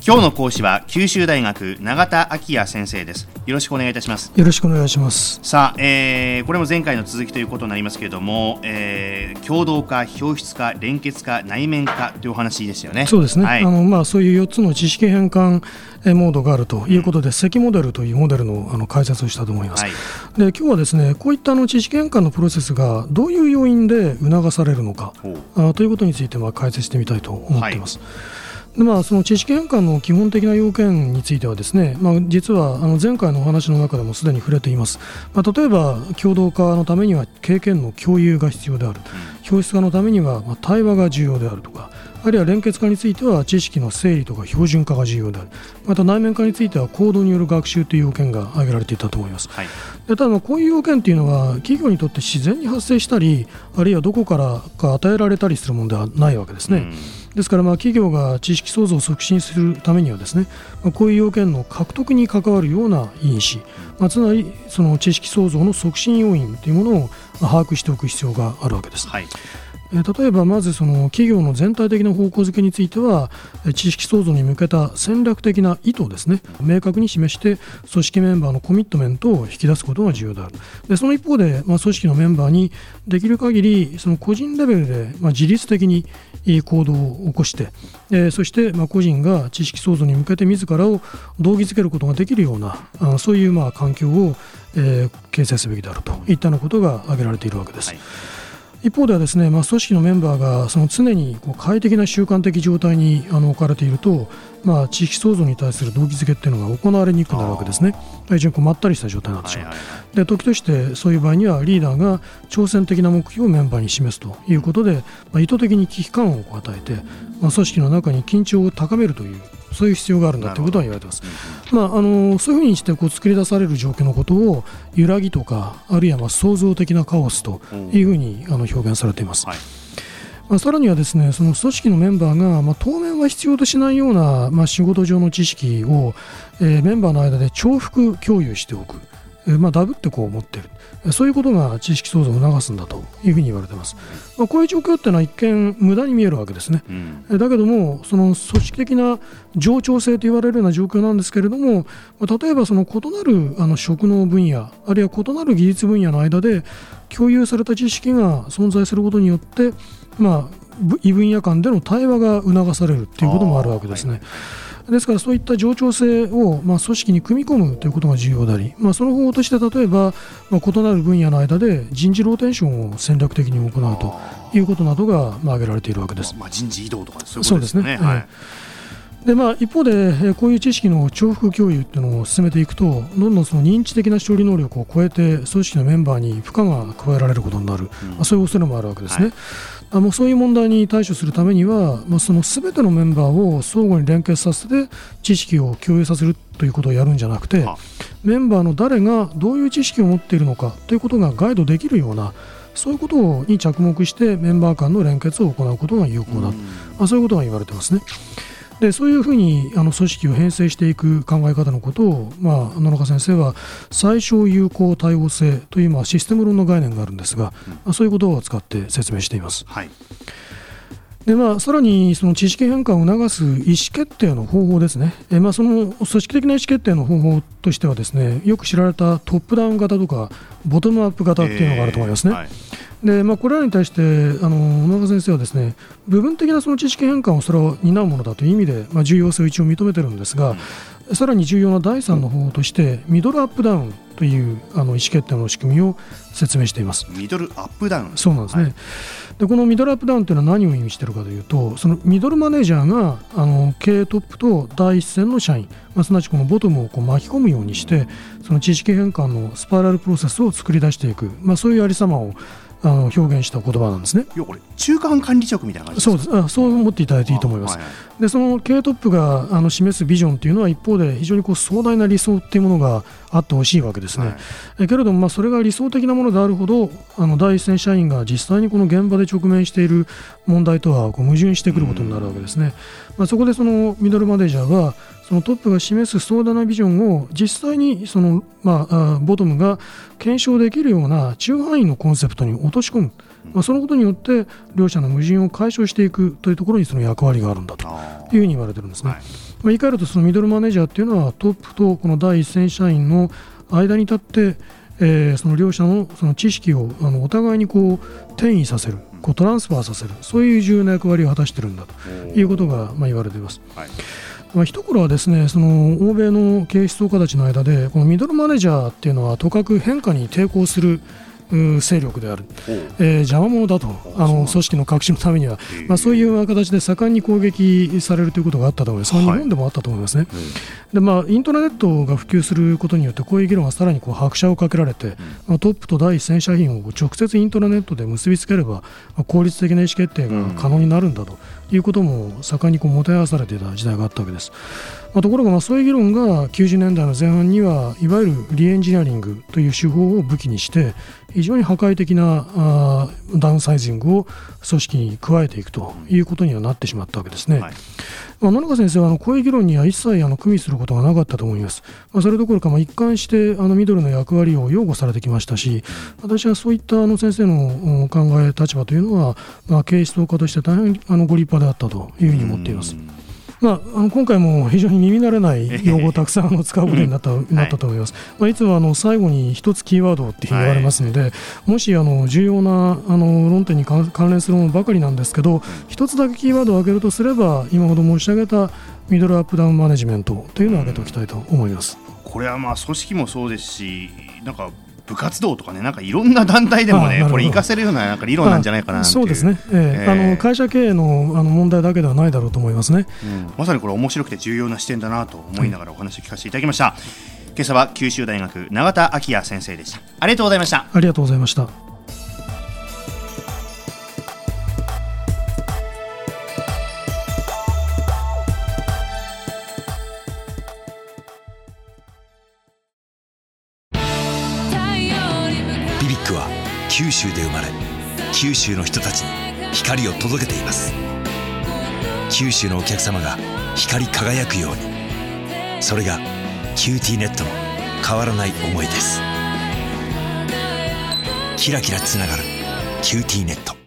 今日の講師は九州大学永田昭也先生です。よろしくお願いいたします。 よろしくお願いします。 さあ、これも前回の続きということになりますけれども、共同化、表出化、連結化、内面化というお話ですよね。 そうですね、 はい、 そういう4つの知識変換モードがあるということで、積モデルというモデルの解説をしたと思います。で、今日はですね、こういった知識変換のプロセスがどういう要因で促されるのかということについて解説してみたいと思っています。でその知識変換の基本的な要件についてはですね、実は前回のお話の中でもすでに触れています。例えば共同化のためには経験の共有が必要である、表出化のためには対話が重要であるとか、あるいは連結化については知識の整理とか標準化が重要である、また内面化については行動による学習という要件が挙げられていたと思います。で、ただこういう要件というのは企業にとって自然に発生したり、あるいはどこからか与えられたりするものではないわけですね。ですから企業が知識創造を促進するためにはですね、こういう要件の獲得に関わるような因子、つまりその知識創造の促進要因というものを把握しておく必要があるわけです。例えばまずその企業の全体的な方向づけについては、知識創造に向けた戦略的な意図をですね、明確に示して組織メンバーのコミットメントを引き出すことが重要である。で、その一方で、組織のメンバーにできる限りその個人レベルで自律的に行動を起こして、そして個人が知識創造に向けて自らを動機づけることができるようなそういう環境を形成すべきであるといったようなことが挙げられているわけです。一方ではですね、組織のメンバーがその常に快適な習慣的状態に置かれていると、知識創造に対する動機づけっていうのが行われにくくなるわけですね。非常にまったりした状態になってしまう。で、時としてそういう場合にはリーダーが挑戦的な目標をメンバーに示すということで、意図的に危機感を与えて、組織の中に緊張を高めるという、そういう必要があるんだということは言われています。そういうふうにして作り出される状況のことを揺らぎとか、あるいは創造的なカオスというふうに表現されています。さらにはですね、その組織のメンバーが、当面は必要としないような、仕事上の知識を、メンバーの間で重複共有しておく、ダブって持っている、そういうことが知識創造を促すんだというふうに言われています。こういう状況っていうのは一見無駄に見えるわけですね。だけどもその組織的な冗長性と言われるような状況なんですけれども、例えばその異なる職能分野、あるいは異なる技術分野の間で共有された知識が存在することによって、異分野間での対話が促されるということもあるわけですね。ですからそういった冗長性を組織に組み込むということが重要であり、その方法として例えば異なる分野の間で人事ローテーションを戦略的に行うということなどが挙げられているわけです。 人事異動とかそういうことですね。 で一方でこういう知識の重複共有というのを進めていくと、どんどんその認知的な処理能力を超えて組織のメンバーに負荷が加えられることになる、そういう恐れもあるわけですね。そういう問題に対処するためには、その全てのメンバーを相互に連結させて知識を共有させるということをやるんじゃなくて、メンバーの誰がどういう知識を持っているのかということがガイドできるような、そういうことに着目してメンバー間の連結を行うことが有効だ、そういうことが言われていますね。で、そういうふうに組織を編成していく考え方のことを、野中先生は最小有効多様性というシステム論の概念があるんですが、そういうことを使って説明しています。でさらにその知識変換を促す意思決定の方法ですね。その組織的な意思決定の方法としてはですね、よく知られたトップダウン型とかボトムアップ型というのがあると思いますね。でこれらに対して野中先生はですね、部分的なその知識変換をそれを担うものだという意味で、重要性を一応認めているんですが、さらに重要な第3の方法としてミドルアップダウンという意思決定の仕組みを説明しています。 ミドルアップダウン。 そうなんですね。でこのミドルアップダウンというのは何を意味しているかというと、そのミドルマネージャーが経営トップと第一線の社員、すなわちこのボトムを巻き込むようにしてその知識変換のスパイラルプロセスを作り出していく、そういうありさまを表現した言葉なんですね。 これ中間管理職みたいな感じですか？ そうです。そう思っていただいていいと思います。でその経営トップが示すビジョンというのは一方で非常に壮大な理想というものがあってほしいわけですね。けれどもそれが理想的なものであるほど第一線社員が実際にこの現場で直面している問題とは矛盾してくることになるわけですね。そこでそのミドルマネージャーはそのトップが示す壮大なビジョンを実際にそのボトムが検証できるような中範囲のコンセプトに落落とし込む、そのことによって両者の矛盾を解消していくというところにその役割があるんだというふうに言われているんですね。言い換えるとそのミドルマネージャーというのはトップとこの第一線社員の間に立って、その両者のその知識をお互いにこう転移させる、トランスファーさせる、そういう重要な役割を果たしているんだということが言われています。一頃はですね、その欧米の経営思想家たちの間でこのミドルマネージャーっていうのはとかく変化に抵抗する勢力である、邪魔者だと、組織の革新のためには、そういう形で盛んに攻撃されるということがあったと思います。日本でもあったと思いますね。でイントラネットが普及することによってこういう議論がさらに拍車をかけられて、トップと第一線社員を直接イントラネットで結びつければ効率的な意思決定が可能になるんだということも盛んにもてはやされていた時代があったわけです。ところがそういう議論が90年代の前半にはいわゆるリエンジニアリングという手法を武器にして非常に破壊的なダウンサイジングを組織に加えていくということにはなってしまったわけですね。野中先生はこういう議論には一切組みすることがなかったと思います。それどころか一貫してミドルの役割を擁護されてきましたし、私はそういった先生の考え立場というのは経営思想家として大変ご立派であったというふうに思っています。今回も非常に耳慣れない用語をたくさん使うことになったと思います。いつも最後に一つキーワードって言われますので、もし重要な論点に関連するものばかりなんですけど、一つだけキーワードを挙げるとすれば今ほど申し上げたミドルアップダウンマネジメントというのを挙げておきたいと思います。 これは組織もそうですし、なんか部活動とかね、なんかいろんな団体でもね、これ活かせるような理論なんじゃないかなっていう。 そうですね、会社経営の問題だけではないだろうと思いますね。 まさにこれ面白くて重要な視点だなと思いながらお話を聞かせていただきました。今朝は九州大学永田昭也先生でした。ありがとうございました。 ありがとうございました。 ビビックは九州で生まれ、九州の人たちに光を届けています。九州のお客様が光り輝くように、それがキューティーネットの変わらない思いです。キラキラつながるキューティーネット。